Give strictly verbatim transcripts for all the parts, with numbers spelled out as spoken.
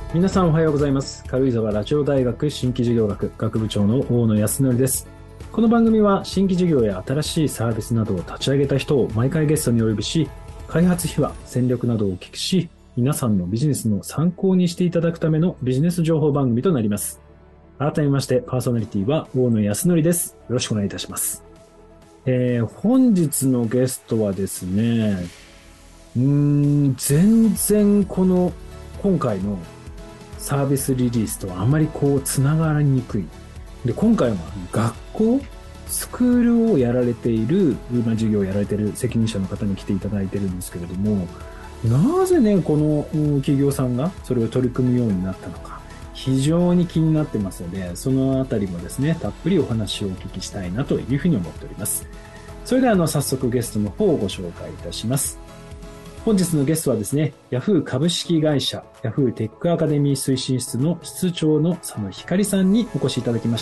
皆さんおはようございます。軽井沢ラジオ大学新規事業学学部長の大野康則です。この番組は新規事業や新しいサービスなどを立ち上げた人を毎回ゲストにお呼びし、開発秘話、戦略などをお聞きし、皆さんのビジネスの参考にしていただくためのビジネス情報番組となります。改めましてパーソナリティは大野康則です。よろしくお願いいたします。えー、本日のゲストはですね、うーん、全然この今回のサービスリリースとはあまりこうつながりにくい。で、今回は学校、スクールをやられている、まあ、授業をやられている責任者の方に来ていただいてるんですけれども、なぜね、この企業さんがそれを取り組むようになったのか、非常に気になってますので、そのあたりもですね、たっぷりお話をお聞きしたいなというふうに思っております。それではあの早速ゲストの方をご紹介いたします。本日のゲストはですね、Yahoo 株式会社 Yahoo テックアカデミー推進室の室長の佐野光さんにお越しいただきました。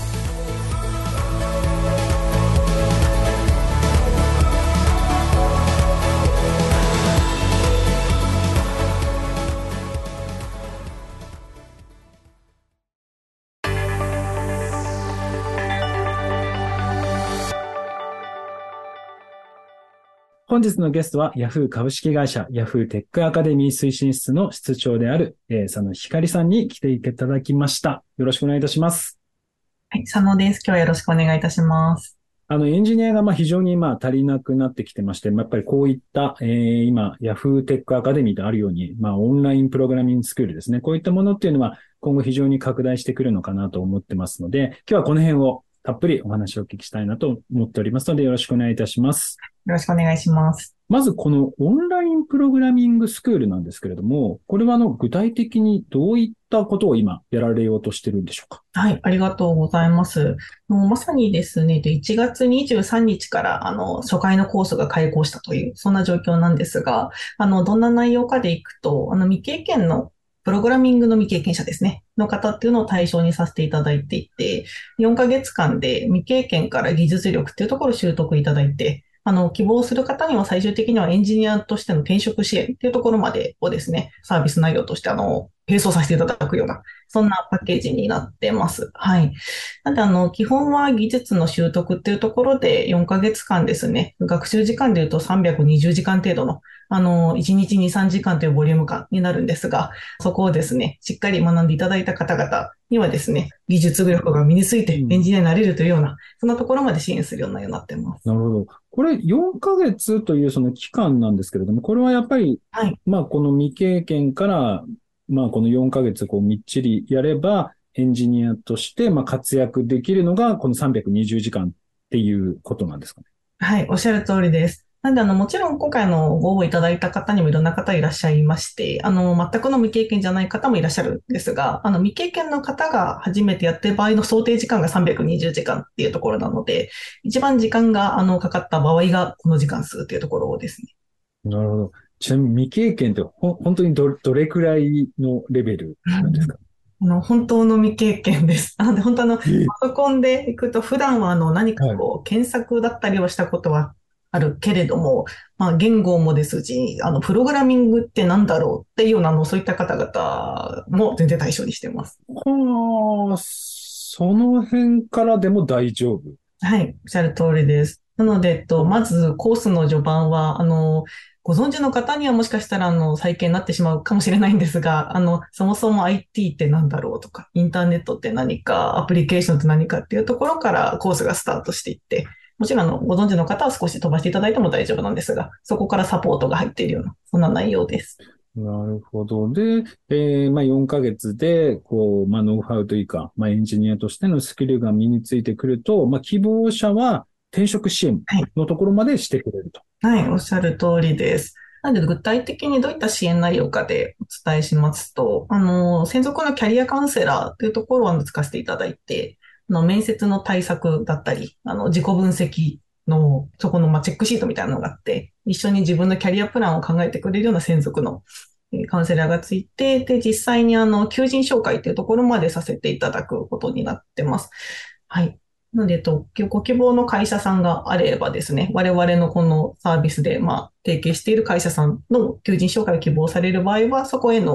本日のゲストは Yahoo 株式会社 Yahoo テックアカデミー推進室の室長である、えー、佐野光さんに来ていただきました。よろしくお願いいたします。 はい、佐野です。今日はよろしくお願いいたします。 あの、エンジニアがまあ非常にまあ足りなくなってきてまして、まあ、やっぱりこういった、えー、今、Yahoo テックアカデミーであるように、まあ、オンラインプログラミングスクールですね。こういったものっていうのは今後非常に拡大してくるのかなと思ってますので、今日はこの辺をたっぷりお話をお聞きしたいなと思っておりますので、よろしくお願いいたします。 よろしくお願いします。 まずこのオンラインプログラミングスクールなんですけれども、これはあの具体的にどういったことを今やられようとしてるんでしょうか？ はい、ありがとうございます。もうまさにですね、でいちがつにじゅうさんにちからあの初回のコースが開講したという、そんな状況なんですが、あの、どんな内容かでいくと、あの未経験のプログラミングの未経験者ですね、の方っていうのを対象にさせていただいていて、よんかげつかんで未経験から技術力っていうところを習得いただいて、あの、希望する方には最終的にはエンジニアとしての転職支援っていうところまでをですね、サービス内容としてあの、並走させていただくような、そんなパッケージになってます。はい。なんで、あの、基本は技術の習得っていうところでよんかげつかんですね、学習時間で言うとさんびゃくにじゅうじかん程度の、あの、いちにちに、さんじかんというボリューム感になるんですが、そこをですね、しっかり学んでいただいた方々にはですね、技術力が身についてエンうん、 ジニアになれるというような、そんなところまで支援するような内容になっています。 なるほど。これよんかげつというその期間なんですけれども、これはやっぱり、 はい。 まあこの未経験から、まあこのよんかげつこうみっちりやれば、エンジニアとしてまあ活躍できるのがこのさんびゃくにじゅうじかんっていうことなんですかね？ はい、おっしゃる通りです。なんで、あの、もちろん今回のご応募いただいた方にもいろんな方いらっしゃいまして、あの、全くの未経験じゃない方もいらっしゃるんですが、あの、未経験の方が初めてやってる場合の想定時間がさんびゃくにじゅうじかんっていうところなので、一番時間が、あの、かかった場合がこの時間数っていうところですね。 なるほど。ちなみに未経験ってほ本当にど、どれくらいのレベルなんですか？ あの、本当の未経験です。なので、本当あの、パえ、 ソコンで行くと、普段はあの、何かはい。 こう、検索だったりはしたことはあるけれども、まあ、言語もですし、あの、プログラミングってなんだろうっていうような、あの、そういった方々も全然対象にしてます。 はあ、その辺からでも大丈夫。 はい、おっしゃる通りです。なので、えっと、まずコースの序盤は、あの、ご存知の方にはもしかしたら、あの、再建になってしまうかもしれないんですが、あの、そもそも アイティー って何だろうとか、インターネットって何か、アプリケーションって何かっていうところからコースがスタートしていって、もちろん、あの、ご存知の方は少し飛ばしていただいても大丈夫なんですが、そこからサポートが入っているような、そんな内容です。 なるほど。で、えー、まあよんかげつで、こう、まあノウハウというか、まあエンジニアとしてのスキルが身についてくると、まあ希望者は転職支援はい。 のところまでしてくれると。 はい、おっしゃる通りです。なので、具体的にどういった支援内容かでお伝えしますと、あの、専属のキャリアカウンセラーというところをあの使わせていただいて、あの、面接の対策だったり、あの、自己分析の、そこの、まあ、チェックシートみたいなのがあって、一緒に自分のキャリアプランを考えてくれるような専属のえーカウンセラーがついて、で、実際にあの、求人紹介というところまでさせていただくことになってます。はい。なので、えっと、ご希望の会社さんがあればですね、我々のこのサービスで、まあ、提携している会社さんの求人紹介を希望される場合は、そこへの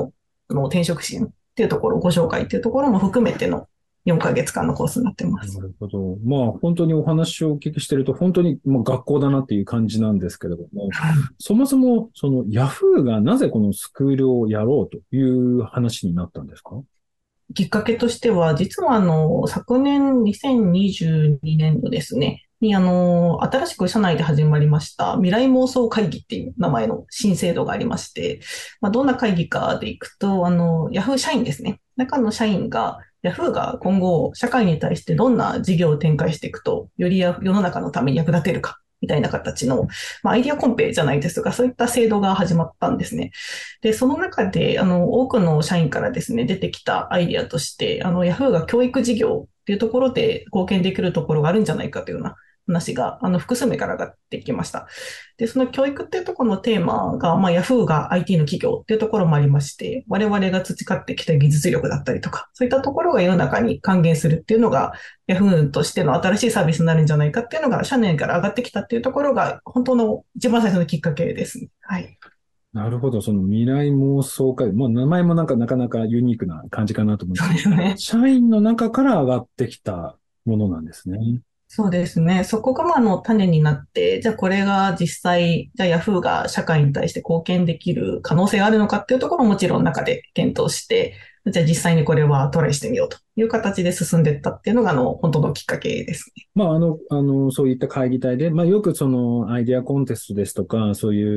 あの転職支援っていうところ、ご紹介っていうところも含めてのよんかげつかんのコースになってます。 なるほど。まあ本当にお話をお聞きしてると本当にもう学校だなっていう感じなんですけれども、そもそもそのヤフーがなぜこのスクールをやろうという話になったんですか？ きっかけとしては、実はあの、昨年にせんにじゅうにねん度ですね、にあの、新しく社内で始まりました未来妄想会議っていう名前の新制度がありまして、まあ、どんな会議かでいくと、あの、ヤフー社員ですね。中の社員が、ヤフーが今後社会に対してどんな事業を展開していくと、より世の中のために役立てるか、みたいな形の、まあ、アイディアコンペじゃないですが、そういった制度が始まったんですね。で、その中で、あの、多くの社員からですね、出てきたアイディアとして、あの、ヤフーが教育事業っていうところで貢献できるところがあるんじゃないかというような話が、あの、複数名から上がってきました。で、その教育っていうところのテーマが、まあ、ヤフーが アイティー の企業っていうところもありまして、我々が培ってきた技術力だったりとか、そういったところが世の中に還元するっていうのが、ヤフーとしての新しいサービスになるんじゃないかっていうのが、社内から上がってきたっていうところが、本当の一番最初のきっかけですね。はい。 なるほど。その未来妄想会、まあ名前もなんかなかなかユニークな感じかなと思うんでそうすけど、 ですね。 社員の中から上がってきたものなんですね。 そうですね。そこがまああの種になって、じゃあこれが実際、じゃあヤフーが社会に対して貢献できる可能性があるのかっていうところももちろん中で検討して、じゃあ実際にこれはトライしてみようという形で進んでいったっていうのがあの本当のきっかけですね。 まああの、あの、そういった会議体で、まあよくそのアイデアコンテストですとか、そういう、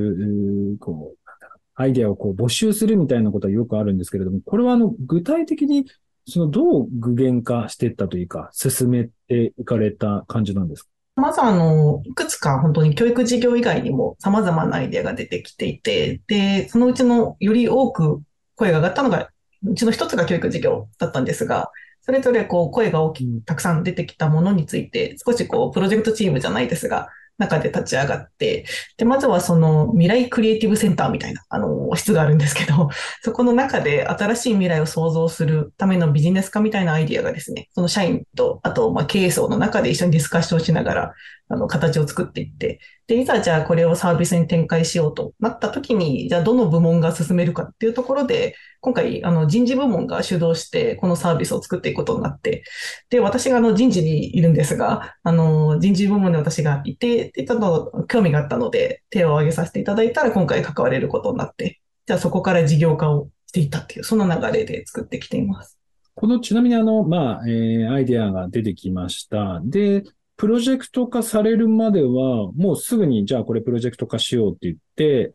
うーこう、なんだろうアイデアをこう募集するみたいなことはよくあるんですけれども、これはあの、具体的にそのどう具現化していったというか、進めていかれた感じなんですか？ まずあの、いくつか本当に教育事業以外にも様々なアイデアが出てきていて、で、そのうちのより多く声が上がったのが、うちの一つが教育事業だったんですが、それぞれこう声が大きくたくさん出てきたものについて、少しこうプロジェクトチームじゃないですが、中で立ち上がって、で、まずはその未来クリエイティブセンターみたいな、あの、室があるんですけど、そこの中で新しい未来を創造するためのビジネス化みたいなアイディアがですね、その社員と、あと、まあ、経営層の中で一緒にディスカッションしながら、あの、形を作っていって、で、いざじゃあこれをサービスに展開しようとなった時に、じゃあどの部門が進めるかっていうところで、今回、あの、人事部門が主導して、このサービスを作っていくことになって、で、私があの、人事にいるんですが、あの、人事部門で私がいて、で、ちょっと興味があったので、手を挙げさせていただいたら、今回関われることになって、じゃあそこから事業化をしていったっていう、その流れで作ってきています。 この、ちなみにあの、まあ、えーアイデアが出てきました。で、プロジェクト化されるまでは、もうすぐに、じゃあこれプロジェクト化しようって言って、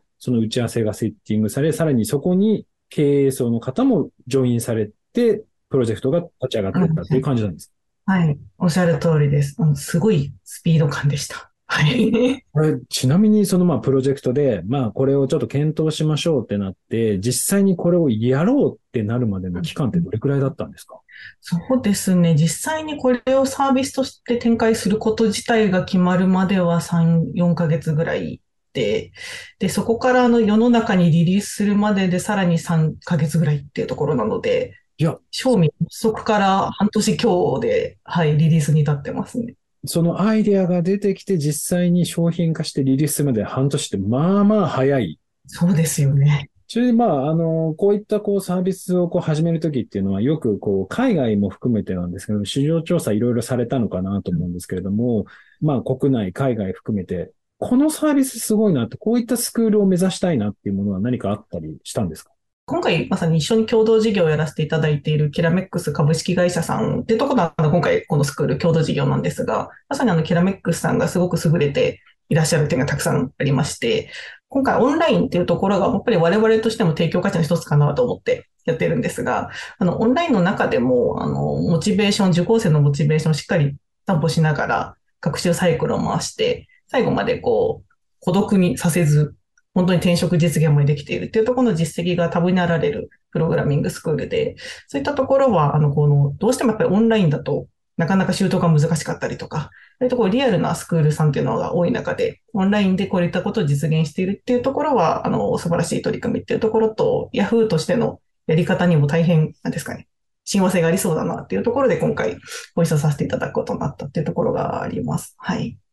その打ち合わせがセッティングされ、さらにそこに経営層の方もジョインされて、プロジェクトが立ち上がっていったっていう感じなんです。 はい。おっしゃる通りです。あのすごいスピード感でした。はい。 これ、ちなみにそのまあプロジェクトで、まあこれをちょっと検討しましょうってなって、実際にこれをやろうってなるまでの期間ってどれくらいだったんですか？ そうですね。実際にこれをサービスとして展開すること自体が決まるまではさん、よんかげつぐらいで、で、そこからあの世の中にリリースするまででさらにさんかげつぐらいっていうところなので、 いや、 賞味発足から半年強で、はい、リリースに至ってますね。 そのアイデアが出てきて実際に商品化してリリースまで半年ってまあまあ早い。 そうですよね。 それでまあ、あの、こういったこうサービスをこう始めるときっていうのはよくこう海外も含めてなんですけど、市場調査いろいろされたのかなと思うんですけれども、まあ国内、海外含めて、このサービスすごいなって、こういったスクールを目指したいなっていうものは何かあったりしたんですか？ 今回まさに一緒に共同事業をやらせていただいているキラメックス株式会社さんっていうところがあの今回このスクール共同事業なんですが、まさにあのキラメックスさんがすごく優れていらっしゃる点がたくさんありまして、今回オンラインっていうところがやっぱり我々としても提供価値の一つかなと思ってやってるんですが、あのオンラインの中でもあのモチベーション、受講生のモチベーションをしっかり担保しながら学習サイクルを回して、最後までこう孤独にさせず、本当に転職実現もできているっていうところの実績が多分になられるプログラミングスクールで、そういったところは、あの、この、どうしてもやっぱりオンラインだとなかなか習得が難しかったりとか、そういうところリアルなスクールさんっていうのが多い中で、オンラインでこういったことを実現しているっていうところは、あの、素晴らしい取り組みっていうところと、Yahoo としてのやり方にも大変、なんですかね、親和性がありそうだなっていうところで今回ご一緒させていただくことになったっていうところがあります。はい。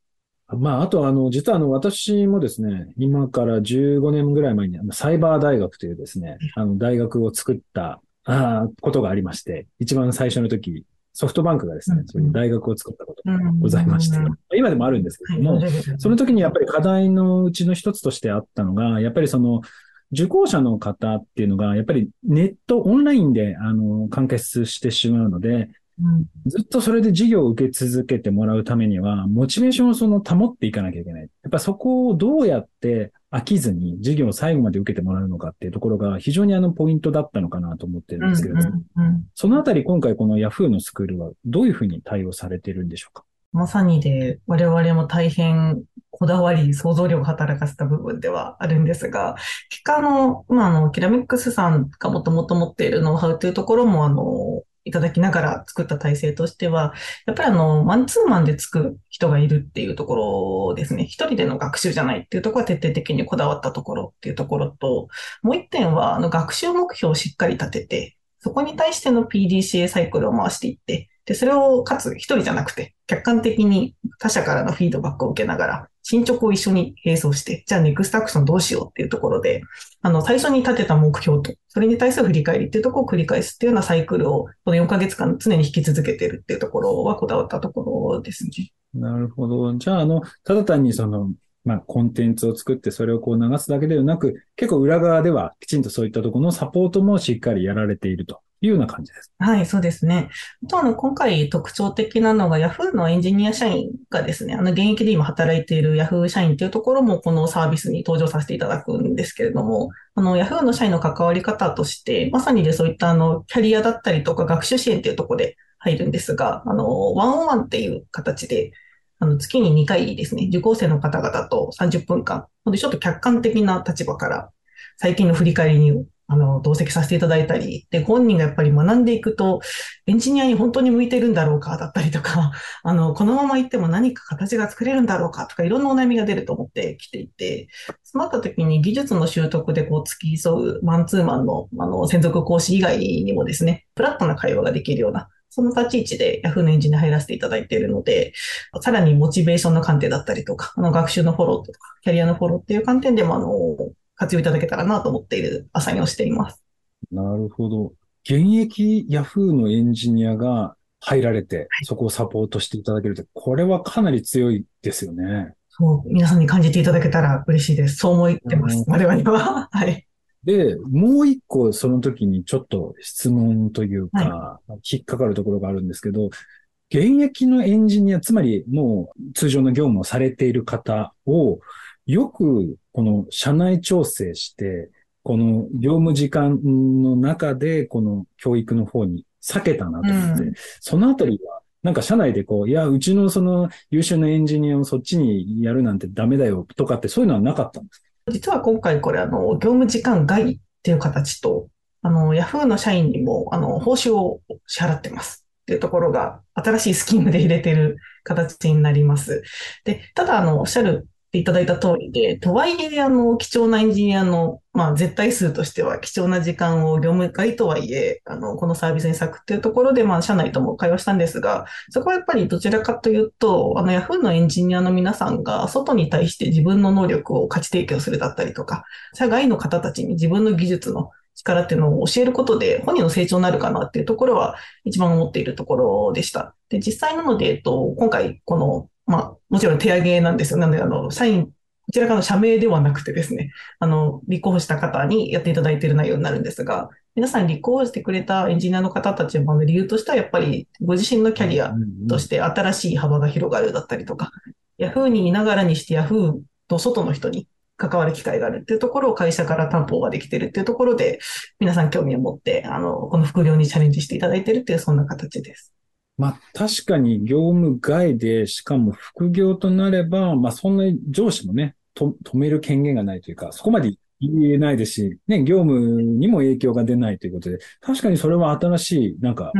まあ、あと、あの、実はあの、私もですね、今からじゅうごねんぐらい前に、あのサイバー大学というですね、あの、大学を作った、あーことがありまして、一番最初の時、ソフトバンクがですね、 うんそういう大学を作ったことうがございまして、 ん。 今でもあるんですけれはい、 ども、 大丈夫です。 その時にやっぱり課題のうちの一つとしてあったのが、やっぱりその、受講者の方っていうのが、やっぱりネット、オンラインで、あの、完結してしまうので、 うん。 ずっとそれで授業を受け続けてもらうためには、モチベーションをその保っていかなきゃいけない。やっぱそこをどうやって飽きずに授業を最後まで受けてもらうのかっていうところが非常にあのポイントだったのかなと思ってるうん。 んですけれども、 うん。うん。 そのあたり今回この Yahoo のスクールはどういうふうに対応されているんでしょうか？ まさにで、我々も大変こだわり、想像力を働かせた部分ではあるんですが、結果、あの、まあ、あの、キラミックスさんがもともと持っているノウハウというところも、あの、いただきながら作った体制としては、やっぱりあの、マンツーマンでつく人がいるっていうところですね。一人での学習じゃないっていうところは徹底的にこだわったところっていうところと、もう一点は、あの、学習目標をしっかり立てて、そこに対しての ピーディーシーエー サイクルを回していって、で、それをかつ一人じゃなくて、客観的に他者からのフィードバックを受けながら、進捗を一緒に並走して、じゃあネクストアクションどうしようっていうところで、あの、最初に立てた目標と、それに対する振り返りっていうところを繰り返すっていうようなサイクルを、このよんかげつかん常に引き続けてるっていうところはこだわったところですね。 なるほど。じゃあ、あの、ただ単にその、まあ、コンテンツを作ってそれをこう流すだけではなく、結構裏側ではきちんとそういったところのサポートもしっかりやられているというような感じです。 はい、そうですね。あと、あの、今回特徴的なのが Yahoo のエンジニア社員がですね、あの、現役で今働いている Yahoo 社員というところもこのサービスに登場させていただくんですけれども、あの、Yahoo の社員の関わり方として、まさにでそういったあの、キャリアだったりとか学習支援というところで入るんですが、あの、ワンオンワンっていう形で、あの、月ににかいですね、受講生の方々とさんじゅっぷんかん、ほんでちょっと客観的な立場から最近の振り返りにあの、同席させていただいたり、で、本人がやっぱり学んでいくと、エンジニアに本当に向いてるんだろうか、だったりとか、あの、このまま行っても何か形が作れるんだろうか、とか、いろんなお悩みが出ると思ってきていて、そうなった時に技術の習得でこう、付き添うマンツーマンの、あの、専属講師以外にもですね、フラットな会話ができるような、その立ち位置で Yahoo のエンジンに入らせていただいているので、さらにモチベーションの観点だったりとか、あの学習のフォローとか、キャリアのフォローっていう観点でも、あの、活用いただけたらなと思っているアサインをしています。 なるほど。現役 Yahoo のエンジニアが入られて、そこをサポートしていただけるって、これはかなり強いですよね。 そう、皆さんに感じていただけたら嬉しいです。そう思ってます。我々は。はい。 で、もう一個その時にちょっと質問というはい。 か、引っかかるところがあるんですけど、現役のエンジニア、つまりもう通常の業務をされている方を、よくこの社内調整して、この業務時間の中で、この教育の方に避けたなうと思って、 ん。 そのあたりは、なんか社内でこう、いや、うちのその優秀なエンジニアをそっちにやるなんてダメだよとかってそういうのはなかったんですか？ 実は今回これあの、業務時間外っていう形と、あの、ヤフーの社員にも、あの、報酬を支払ってますっていうところが、新しいスキームで入れてる形になります。で、ただ、あの、おっしゃるいただいた通りで、とはいえ、あの、貴重なエンジニアの、まあ、絶対数としては貴重な時間を業務外とはいえ、あの、このサービスに割くっていうところで、まあ、社内とも会話したんですが、そこはやっぱりどちらかというと、あの、ヤフーのエンジニアの皆さんが外に対して自分の能力を価値提供するだったりとか、社外の方たちに自分の技術の力っていうのを教えることで本人の成長になるかなっていうところは一番思っているところでした。で、実際なので、えっと、今回この、まあ、もちろん手上げなんですよ。なので、あの、社員、こちらからの社名ではなくてですね、あの、立候補した方にやっていただいている内容になるんですが、皆さん立候補してくれたエンジニアの方たちの理由としては、やっぱりご自身のキャリアとして新しい幅が広がるだったりとか、ヤフーにいながらにしてヤフーと外の人に関わる機会があるっていうところを会社から担保ができてるっていうところで、皆さん興味を持って、あの、この副業にチャレンジしていただいてるっていう、そんな形です。 まあ確かに業務外で、しかも副業となれば、まあそんなに上司もね、と止める権限がないというか、そこまで言えないですし、ね、業務にも影響が出ないということで、確かにそれは新しい、なんか、 うん。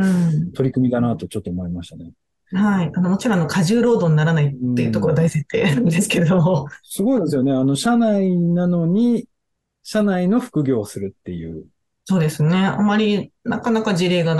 取り組みだなとちょっと思いましたね。 はい。あの、もちろん、あの、過重労働にならないっうていうところが大ん。 前提なんですけれども、 すごいですよね。あの、社内なのに、社内の副業をするっていう。 そうですね。あまり、なかなか事例がない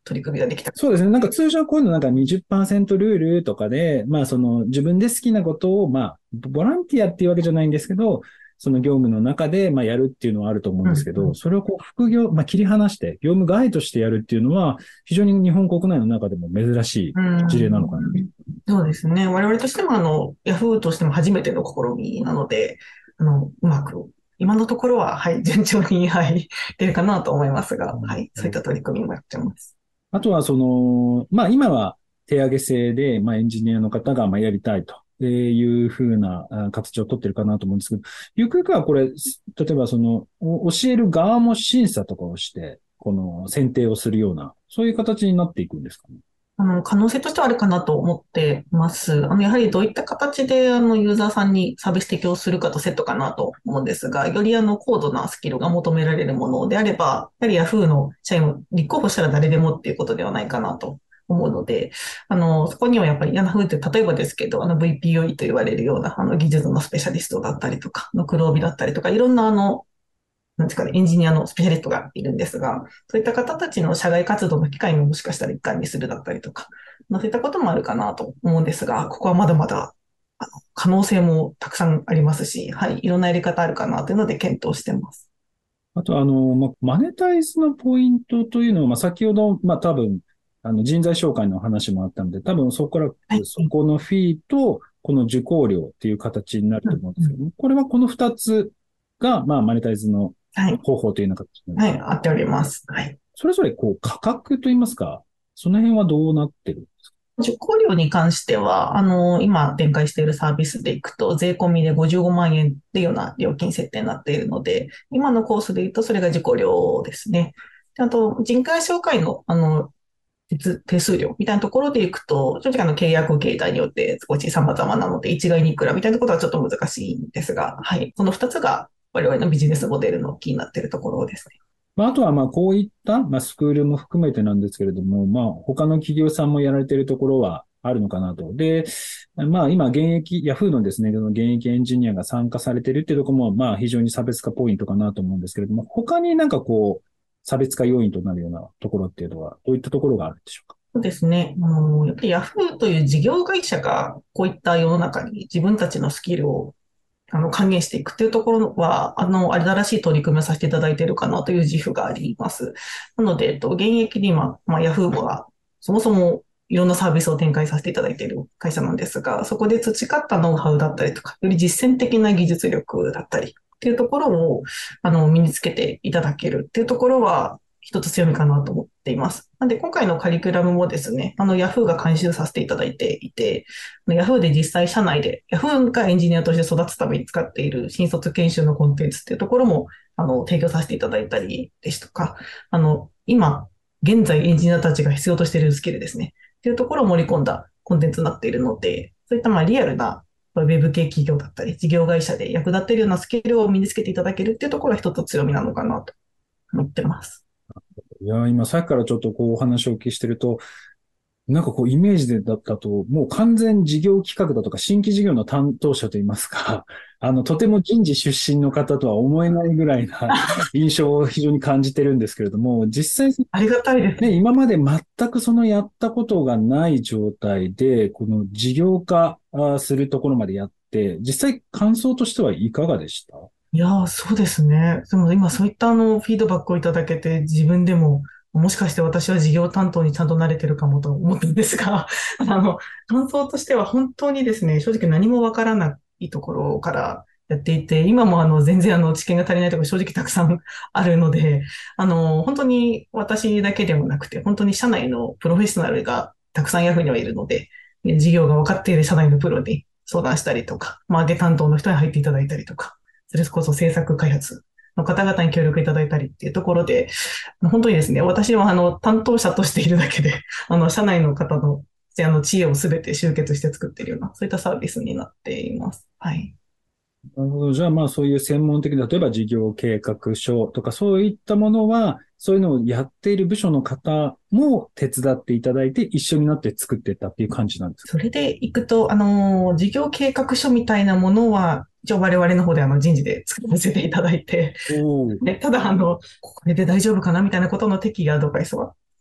取り組みができた。 そうですね。なんか通常こういうのなんかにじゅっパーセントルールとかで、まあその自分で好きなことを、まあボランティアっていうわけじゃないんですけど、その業務の中でまあやるっていうのはあると思うんですけど、 うんうん。 それをこう副業、まあ切り離して業務外としてやるっていうのは非常に日本国内の中でも珍しいう事例なのかな。 ん、そうですね。我々としても、あの、ヤフーとしても初めての試みなので、あの、うまく、今のところは、はい、順調に、はい、出るかなと思いますが、はい、そういった取り組みもやってます。 あとはその、まあ今は手上げ制で、まあエンジニアの方がまあやりたいと。いうふうなあ形を取ってるかなと思うんですけど、ゆくゆくはこれ、例えばその、お教える側も審査とかをして、この選定をするような、そういう形になっていくんですかね。 あの、可能性としてはあるかなと思ってます。あの、やはりどういった形で、あの、ユーザーさんにサービス提供するかとセットかなと思うんですが、よりあの、高度なスキルが求められるものであれば、やはり Yahoo の社員も立候補したら誰でもっていうことではないかなと思うので、あの、そこにはやっぱり Yahoo って例えばですけど、あの ブイピーオーイー と言われるような、あの、技術のスペシャリストだったりとか、の黒帯だったりとか、いろんなあの、なんですかね、エンジニアのスペシャリストがいるんですが、そういった方たちの社外活動の機会ももしかしたら一環にするだったりとか、まあ、そういったこともあるかなと思うんですが、ここはまだまだあの可能性もたくさんありますし、はい、いろんなやり方あるかなというので検討してます。 あと、あの、ま、マネタイズのポイントというのは、まあ、先ほど、まあ、多分、あの、人材紹介の話もあったので、多分そこから、 はい。 そこのフィーと、この受講料っていう形になるうんと思うんでうん、 すけども、これはこの二つが、まあ、マネタイズのはい。 方法というような形なんではい。 すか。 あっております。はい。 それぞれ、こう、価格といいますか、その辺はどうなってるんですか？ 受講料に関しては、あの、今展開しているサービスでいくと、税込みでごじゅうごまん円っていうような料金設定になっているので、今のコースで言うと、それが受講料ですね。であと、人材紹介の、あの、手手数料みたいなところでいくと、正直あの契約形態によって少し様々なので、一概にいくらみたいなことはちょっと難しいんですが、はい。この二つが我々のビジネスモデルのキーになっているところですね。 まあ、あとは、まあ、こういった、まあ、スクールも含めてなんですけれども、まあ、他の企業さんもやられているところはあるのかなと。で、まあ、今、現役、ヤフーのですね、この現役エンジニアが参加されているっていうところも、まあ、非常に差別化ポイントかなと思うんですけれども、他になんかこう、差別化要因となるようなところっていうのは、どういったところがあるんでしょうか？ そうですね。あの、やっぱりヤフーという事業会社がこういった世の中に自分たちのスキルをあの還元していくっていうところは、あの、新しい取り組みをさせていただいているかなという自負があります。なので、えっと、現役で今、まあ、ヤフーはそもそもいろんなサービスを展開させていただいている会社なんですが、そこで培ったノウハウだったりとか、より実践的な技術力だったりっていうところを、あの、身につけていただけるっていうところは、一つ強みかなと思っています。なんで今回のカリキュラムもですね、あの Yahoo が監修させていただいていて、Yahoo で実際社内で Yahoo がエンジニアとして育つために使っている新卒研修のコンテンツっていうところもあの提供させていただいたりですとか、あの今現在エンジニアたちが必要としているスキルですね。っていうところを盛り込んだコンテンツになっているので、そういったまあリアルなウェブ系企業だったり、事業会社で役立っているようなスキルを身につけていただけるっていうところが一つ強みなのかなと思ってます。 いや、今さっきからちょっとこうお話をお聞きしてると、なんかこうイメージでだったと、もう完全事業企画だとか新規事業の担当者といいますか、あの、とても人事出身の方とは思えないぐらいな印象を非常に感じてるんですけれども、実際ありがたいですね、 ね。 今まで全くそのやったことがない状態で、この事業化あするところまでやって、実際感想としてはいかがでした？ いやー、そうですね。でも今そういったあのフィードバックをいただけて自分でももしかして私は事業担当にちゃんと慣れてるかもと思ったんですが、あの、感想としては本当にですね、正直何もわからないところからやっていて、今もあの全然あの知見が足りないところ正直たくさんあるので、あの、本当に私だけでもなくて、本当に社内のプロフェッショナルがたくさんヤフーにはいるので、事業が分かっている社内のプロに相談したりとか、マーケ担当の人に入っていただいたりとか、それこそ制作開発の方々に協力いただいたりっていうところで、本当にですね、私はあの担当者としているだけで、あの社内の方のあの知恵をすべて集結して作っているような、そういったサービスになっています。はい。 なるほど。じゃあまあそういう専門的な、例えば事業計画書とかそういったものは、そういうのをやっている部署の方も手伝っていただいて一緒になって作っていったっていう感じなんですか？ それでいくと、あの、事業計画書みたいなものは、一応我々の方であの人事で作らせていただいて、 おお。 ね、ただあの、これで大丈夫かなみたいなことの適宜アドバイスは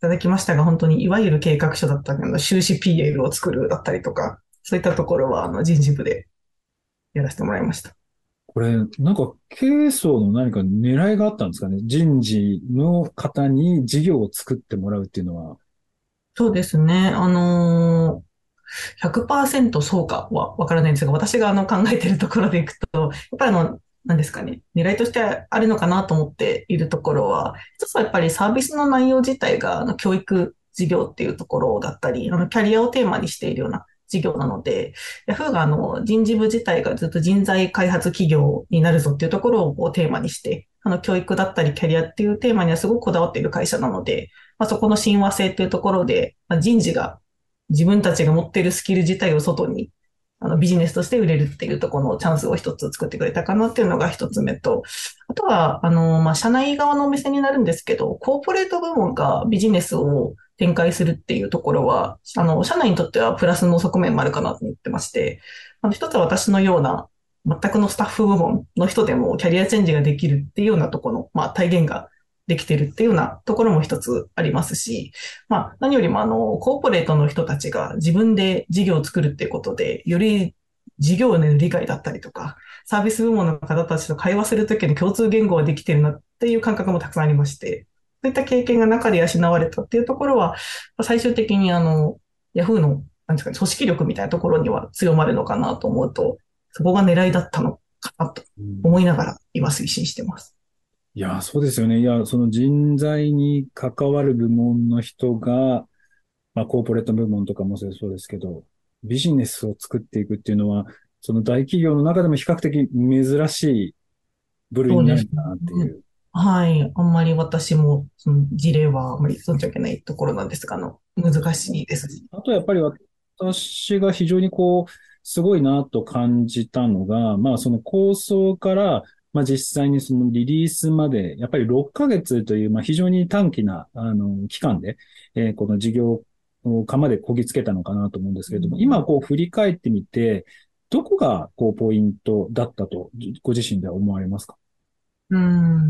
ただきましたが、本当にいわゆる計画書だったり、あの収支 ピーエル を作るだったりとか、そういったところはあの人事部でやらせてもらいました。 これ、なんか、経営層の何か狙いがあったんですかね。人事の方に事業を作ってもらうっていうのは。 そうですね。あのーひゃくパーセントそうかはわからないんですが、私があの考えているところでいくと、やっぱりあの、何ですかね、狙いとしてあるのかなと思っているところは、一つはやっぱりサービスの内容自体があの教育事業っていうところだったり、あのキャリアをテーマにしているような事業なので、ヤフーがあの人事部自体がずっと人材開発企業になるぞっていうところをこうテーマにして、あの教育だったりキャリアっていうテーマにはすごくこだわっている会社なので、まあ、そこの親和性っていうところで、まあ、人事が自分たちが持っているスキル自体を外にあのビジネスとして売れるっていうところのチャンスを一つ作ってくれたかなっていうのが一つ目と、あとは、あの、まあ、社内側の目線になるんですけど、コーポレート部門がビジネスを展開するっていうところは、あの、社内にとってはプラスの側面もあるかなと思ってまして、あの、一つは私のような全くのスタッフ部門の人でもキャリアチェンジができるっていうようなところの、まあ、体現ができてるっていうようなところも一つありますし、まあ、何よりもあの、コーポレートの人たちが自分で事業を作るっていうことで、より事業への理解だったりとか、サービス部門の方たちと会話するときの共通言語ができてるなっていう感覚もたくさんありまして、そういった経験が中で養われたっていうところは、最終的にあの、ヤフーの、なんですかね、組織力みたいなところには強まるのかなと思うと、そこが狙いだったのかなとうん、 思いながら今推進してます。 いや、そうですよね。いや、その人材に関わる部門の人が、まあ、コーポレート部門とかもそうですけど、ビジネスを作っていくっていうのは、その大企業の中でも比較的珍しい部類そうですになるんだなっていね。 う。 はい。あんまり私も、その事例はあんまり存じ上げないところなんですが、あの、難しいですし。 あとやっぱり私が非常にこう、すごいなと感じたのが、まあその構想から、まあ実際にそのリリースまで、やっぱりろっかげつという、まあ非常に短期な、あの、期間で、えーこの事業化までこぎつけたのかなと思うんですけれども、今こう振り返ってみて、どこがこうポイントだったとご自身では思われますか？ うん、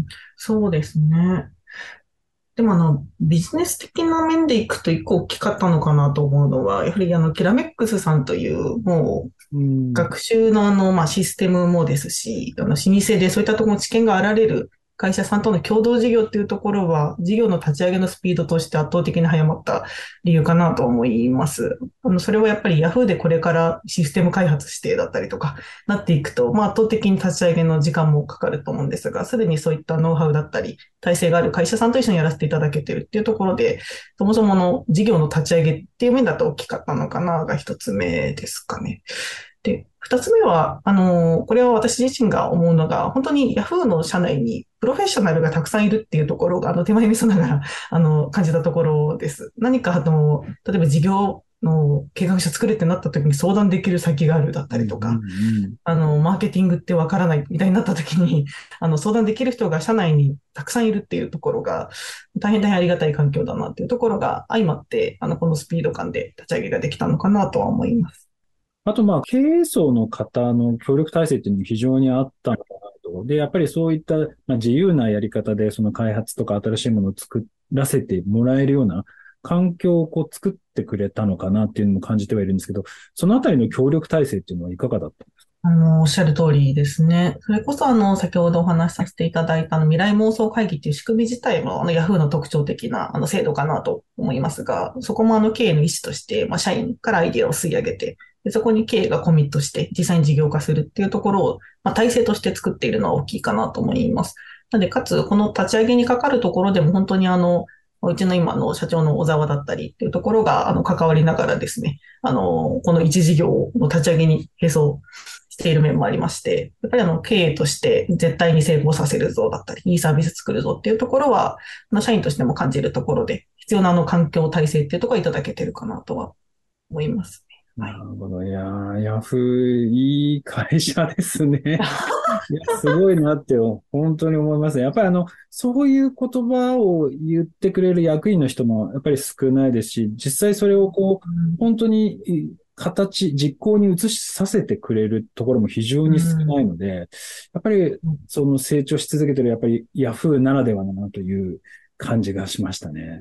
そうですね。でもあの、ビジネス的な面でいくと一個大きかったのかなと思うのは、やはりあの、キラメックスさんという、もう、 うん。 学習のあの、まあ、システムもですし、あの、老舗でそういったところの知見があられる会社さんとの共同事業っていうところは、事業の立ち上げのスピードとして圧倒的に早まった理由かなと思います。あの、それはやっぱり Yahoo でこれからシステム開発してだったりとかなっていくと、まあ、圧倒的に立ち上げの時間もかかると思うんですが、すでにそういったノウハウだったり、体制がある会社さんと一緒にやらせていただけてるっていうところで、そもそもの事業の立ち上げっていう面だと大きかったのかなが一つ目ですかね。で、二つ目は、あの、これは私自身が思うのが、本当に Yahoo の社内にプロフェッショナルがたくさんいるっていうところが、あの、手前味噌ながら、あの、感じたところです。何か、あの、例えば事業の計画書作れってなった時に相談できる先があるだっうんうたりとか、 んあの、マーケティングってわからないみたいになった時に、あの、相談できる人が社内にたくさんいるっていうところが、大変大変ありがたい環境だなっていうところが相まって、あの、このスピード感で立ち上げができたのかなとは思います。 あと、まあ、経営層の方の協力体制っていうのも非常にあったのかなと。で、やっぱりそういった、まあ、自由なやり方で、その開発とか新しいものを作らせてもらえるような環境をこう作ってくれたのかなっていうのも感じてはいるんですけど、そのあたりの協力体制っていうのはいかがだったんですか？ あの、おっしゃる通りですね。それこそ、あの、先ほどお話しさせていただいた、あの、未来妄想会議っていう仕組み自体も、あの、ヤフーの特徴的な、あの、制度かなと思いますが、そこも、あの、経営の意思として、まあ、社員からアイデアを吸い上げて、でそこに経営がコミットして、実際に事業化するっていうところを、まあ、体制として作っているのは大きいかなと思います。なので、かつ、この立ち上げにかかるところでも、本当にあの、うちの今の社長の小沢だったりっていうところが、あの、関わりながらですね、あの、この一事業の立ち上げに並走している面もありまして、やっぱりあの経営として絶対に成功させるぞだったり、いいサービス作るぞっていうところは、あの社員としても感じるところで、必要なあの環境体制っていうところはいただけてるかなとは思いますね。はい。 なるほど。いやー、ヤフー、いい会社ですね。いや、すごいなって本当に思いますね。やっぱりあの、そういう言葉を言ってくれる役員の人もやっぱり少ないですし、実際それをこう、本当に形、実行に移しさせてくれるところも非常に少うん。 ないので、やっぱりその成長し続けてるやっぱりヤフーならではだなという感じがしましたね。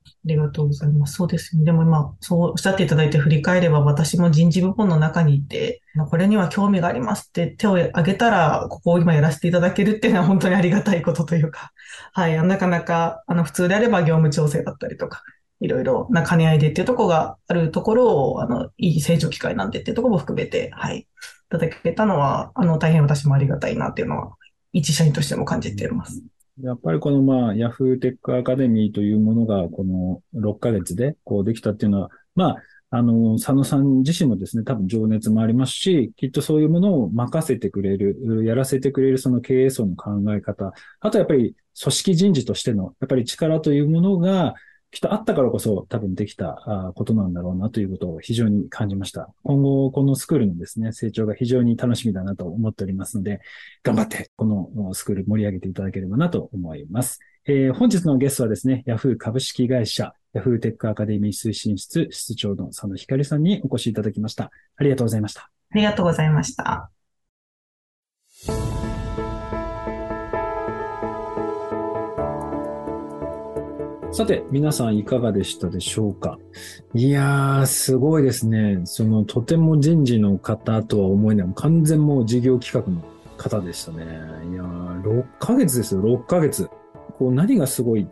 りがとうございます。そうですね。でも今、そうおっしゃっていただいて振り返れば、私も人事部門の中にいて、これには興味がありますって手を挙げたら、ここを今やらせていただけるっていうのは本当にありがたいことというか、はい、なかなか、あの、普通であれば業務調整だったりとか、いろいろな兼ね合いでっていうところがあるところを、あの、いい成長機会なんでっていうところも含めて、はい、いただけたのは、あの、大変私もありがたいなっていうのは、一社員としても感じています。 やっぱりこのまあ、ヤフーテックアカデミーというものが、このろっかげつでこうできたっていうのは、まあ、あの、佐野さん自身もですね、多分情熱もありますし、きっとそういうものを任せてくれる、やらせてくれるその経営層の考え方、あとやっぱり組織人事としての、やっぱり力というものが、きっとあったからこそ多分できたことなんだろうなということを非常に感じました。今後、このスクールのですね、成長が非常に楽しみだなと思っておりますので、頑張ってこのスクール盛り上げていただければなと思います。えー、本日のゲストはですね、ヤフー株式会社、ヤフーテックアカデミー推進室室長の佐野ひかりさんにお越しいただきました。ありがとうございました。 ありがとうございました。 さて、皆さんいかがでしたでしょうか。いやー、すごいですね。その、とても人事の方とは思えない、完全もう事業企画の方でしたね。いやー、ろっかげつですよ、ろっかげつ。こう、何がすごいって、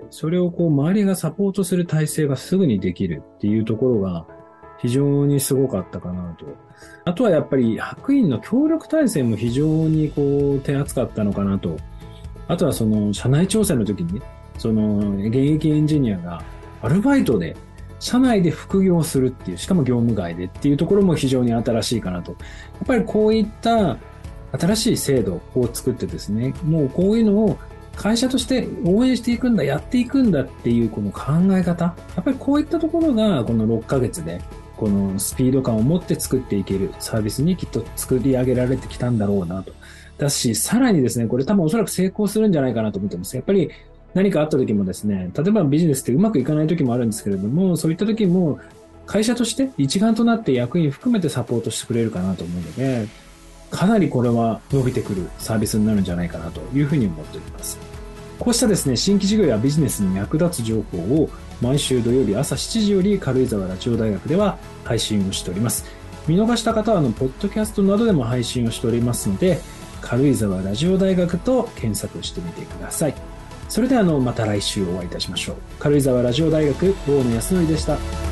それをこう、周りがサポートする体制がすぐにできるっていうところが、非常にすごかったかなと。あとはやっぱり、役員の協力体制も非常にこう、手厚かったのかなと。あとはその、社内調整の時にね、その現役エンジニアがアルバイトで社内で副業するっていう、しかも業務外でっていうところも非常に新しいかなと。やっぱりこういった新しい制度を作ってですね、もうこういうのを会社として応援していくんだ、やっていくんだっていうこの考え方。やっぱりこういったところがこのろっかげつでこのスピード感を持って作っていけるサービスにきっと作り上げられてきたんだろうなと。だし、さらにですね、これ多分おそらく成功するんじゃないかなと思ってます。やっぱり何かあった時もですね、例えばビジネスってうまくいかない時もあるんですけれども、そういった時も会社として一丸となって役員含めてサポートしてくれるかなと思うので、かなりこれは伸びてくるサービスになるんじゃないかなというふうに思っております。こうしたですね、新規事業やビジネスに役立つ情報を毎週土曜日朝しちじより軽井沢ラジオ大学では配信をしております。見逃した方はあのポッドキャストなどでも配信をしておりますので、軽井沢ラジオ大学と検索してみてください。それではあのまた来週お会いいたしましょう。軽井沢ラジオ大学大野康則でした。